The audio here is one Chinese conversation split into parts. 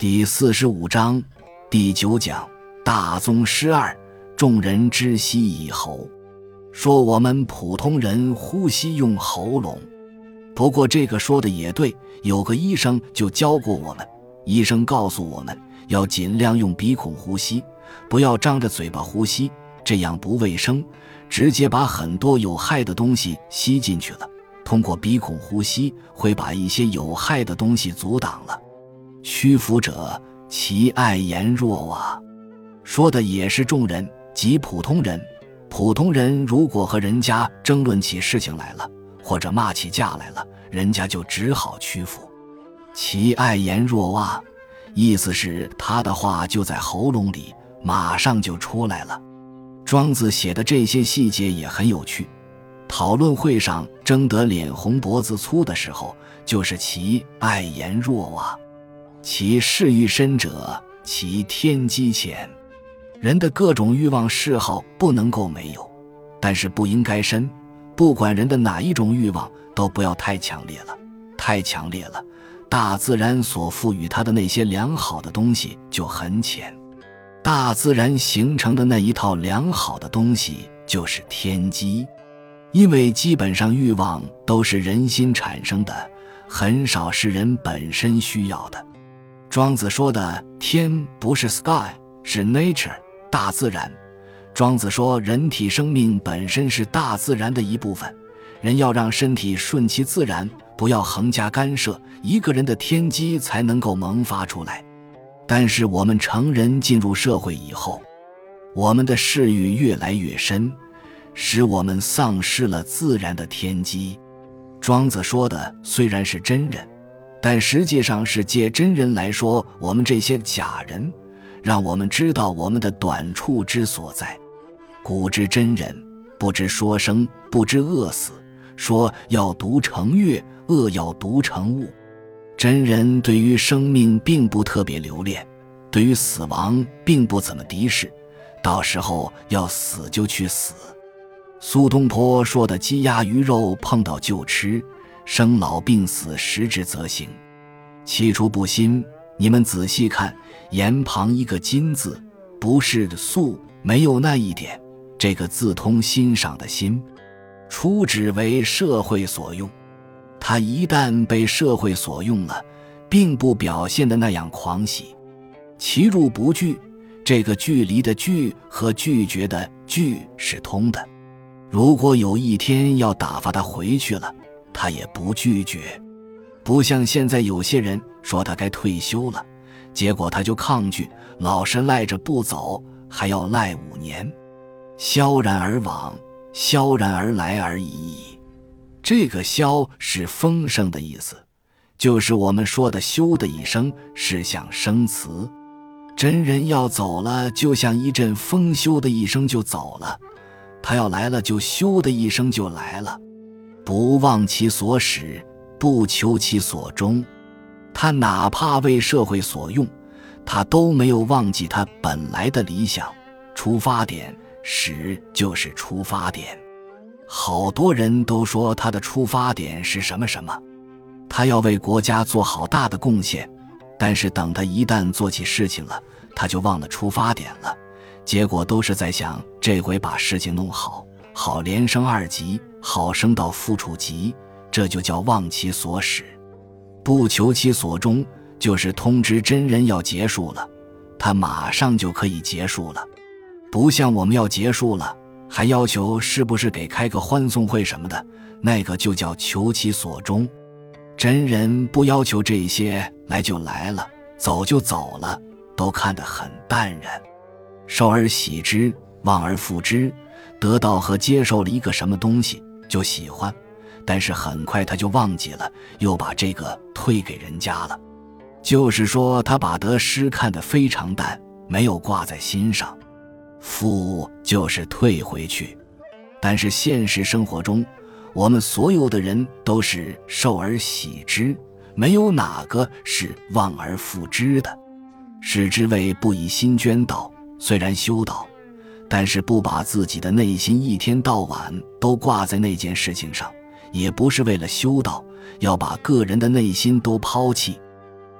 第45章第9讲大宗师二，众人知悉以喉。说我们普通人呼吸用喉咙，不过这个说的也对，有个医生就教过我们，医生告诉我们要尽量用鼻孔呼吸，不要张着嘴巴呼吸，这样不卫生，直接把很多有害的东西吸进去了。通过鼻孔呼吸会把一些有害的东西阻挡了。屈服者，其爱言若蛙，说的也是众人，即普通人。普通人如果和人家争论起事情来了，或者骂起架来了，人家就只好屈服。其爱言若蛙，意思是他的话就在喉咙里，马上就出来了。庄子写的这些细节也很有趣。讨论会上争得脸红脖子粗的时候，就是其爱言若蛙。其嗜欲深者，其天机浅。人的各种欲望嗜好不能够没有，但是不应该深。不管人的哪一种欲望，都不要太强烈了。太强烈了，大自然所赋予他的那些良好的东西就很浅。大自然形成的那一套良好的东西就是天机。因为基本上欲望都是人心产生的，很少是人本身需要的。庄子说的天不是 sky， 是 nature， 大自然。庄子说人体生命本身是大自然的一部分，人要让身体顺其自然，不要横加干涉，一个人的天机才能够萌发出来。但是我们成人进入社会以后，我们的嗜欲越来越深，使我们丧失了自然的天机。庄子说的虽然是真人，但实际上是借真人来说我们这些假人，让我们知道我们的短处之所在。古之真人，不知说生，不知饿死，说要独成乐，恶要独成物。真人对于生命并不特别留恋，对于死亡并不怎么敌视，到时候要死就去死。苏东坡说的鸡鸭鱼肉碰到就吃，生老病死时之则行。起初不心，你们仔细看，言旁一个金字，不是素，没有那一点，这个字通欣赏的心，初指为社会所用。他一旦被社会所用了，并不表现的那样狂喜。其入不拒，这个距离的拒和拒绝的拒是通的。如果有一天要打发他回去了，他也不拒绝。不像现在有些人说他该退休了，结果他就抗拒，老是赖着不走，还要赖5年。萧然而往，萧然而来而已矣。这个萧是丰盛的意思，就是我们说的咻的一声，是像生词。真人要走了，就像一阵风咻的一声就走了，他要来了就咻的一声就来了。不忘其所始，不求其所终。他哪怕为社会所用，他都没有忘记他本来的理想。出发点，始就是出发点。好多人都说他的出发点是什么什么，他要为国家做好大的贡献，但是等他一旦做起事情了，他就忘了出发点了，结果都是在想这回把事情弄好，好连升2级，好升到副处级，这就叫忘其所始。不求其所终，就是通知真人要结束了，他马上就可以结束了。不像我们要结束了，还要求是不是给开个欢送会什么的，那个就叫求其所终。真人不要求这些，来就来了，走就走了，都看得很淡然。受而喜之，忘而复之，得到和接受了一个什么东西就喜欢，但是很快他就忘记了，又把这个推给人家了。就是说他把得失看得非常淡，没有挂在心上。复就是退回去。但是现实生活中，我们所有的人都是受而喜之，没有哪个是忘而复之的。使之谓不以心捐道，虽然修道，但是不把自己的内心一天到晚都挂在那件事情上，也不是为了修道，要把个人的内心都抛弃。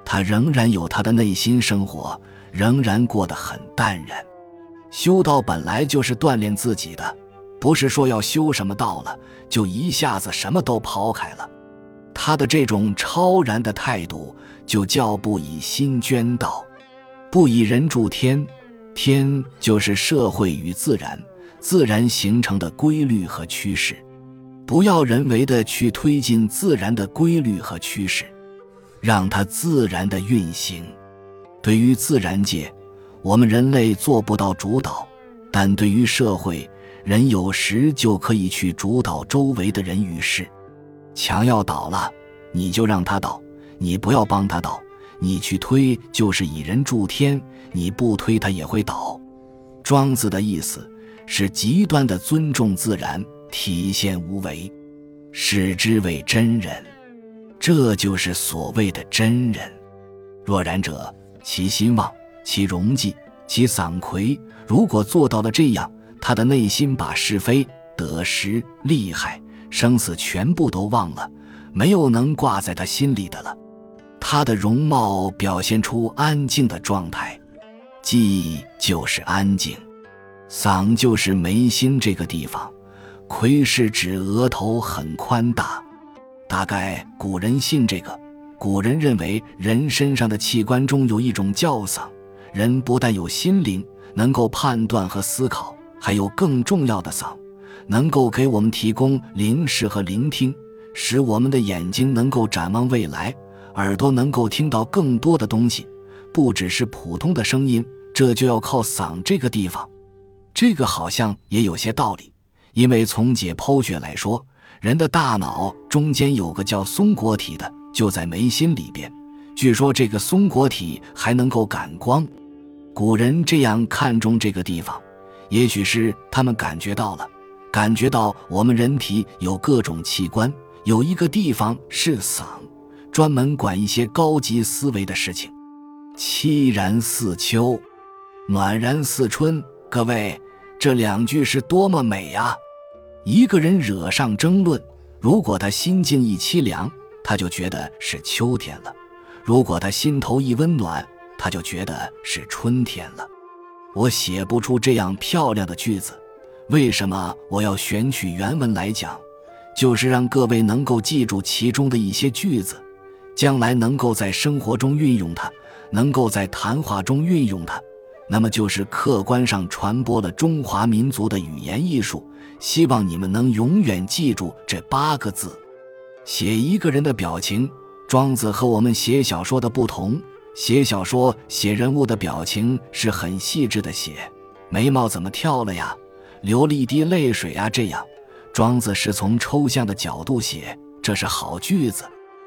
他仍然有他的内心生活，仍然过得很淡然。修道本来就是锻炼自己的，不是说要修什么道了，就一下子什么都抛开了。他的这种超然的态度，就叫不以心捐道。不以人助天，天就是社会与自然，自然形成的规律和趋势。不要人为的去推进自然的规律和趋势，让它自然的运行。对于自然界，我们人类做不到主导，但对于社会，人有时就可以去主导周围的人与事。墙要倒了，你就让它倒，你不要帮它倒，你去推就是以人助天，你不推它也会倒。庄子的意思是极端的尊重自然，体现无为，视之为真人，这就是所谓的真人。若然者，其心旺，其容济，其嗓魁。如果做到了这样，他的内心把是非、得失、利害、生死全部都忘了，没有能挂在他心里的了。他的容貌表现出安静的状态，寂就是安静，嗓就是眉心这个地方，魁是指额头很宽大。大概古人信这个，古人认为人身上的器官中有一种叫嗓，人不但有心灵，能够判断和思考，还有更重要的嗓，能够给我们提供灵视和聆听，使我们的眼睛能够展望未来，耳朵能够听到更多的东西，不只是普通的声音，这就要靠嗓这个地方。这个好像也有些道理，因为从解剖学来说，人的大脑中间有个叫松果体的，就在眉心里边，据说这个松果体还能够感光。古人这样看重这个地方，也许是他们感觉到我们人体有各种器官，有一个地方是嗓，专门管一些高级思维的事情。凄然似秋，暖然似春，各位，这两句是多么美啊！一个人惹上争论，如果他心境一凄凉，他就觉得是秋天了；如果他心头一温暖，他就觉得是春天了。我写不出这样漂亮的句子，为什么我要选取原文来讲？就是让各位能够记住其中的一些句子，将来能够在生活中运用它，能够在谈话中运用它，那么就是客观上传播了中华民族的语言艺术。希望你们能永远记住这8个字。写一个人的表情，庄子和我们写小说的不同，写小说写人物的表情是很细致的写，眉毛怎么跳了呀，流了一滴泪水啊，这样庄子是从抽象的角度写，这是好句子。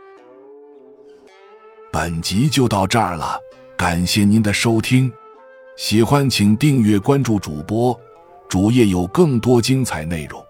本集就到这儿了，感谢您的收听，喜欢请订阅关注主播，主页有更多精彩内容。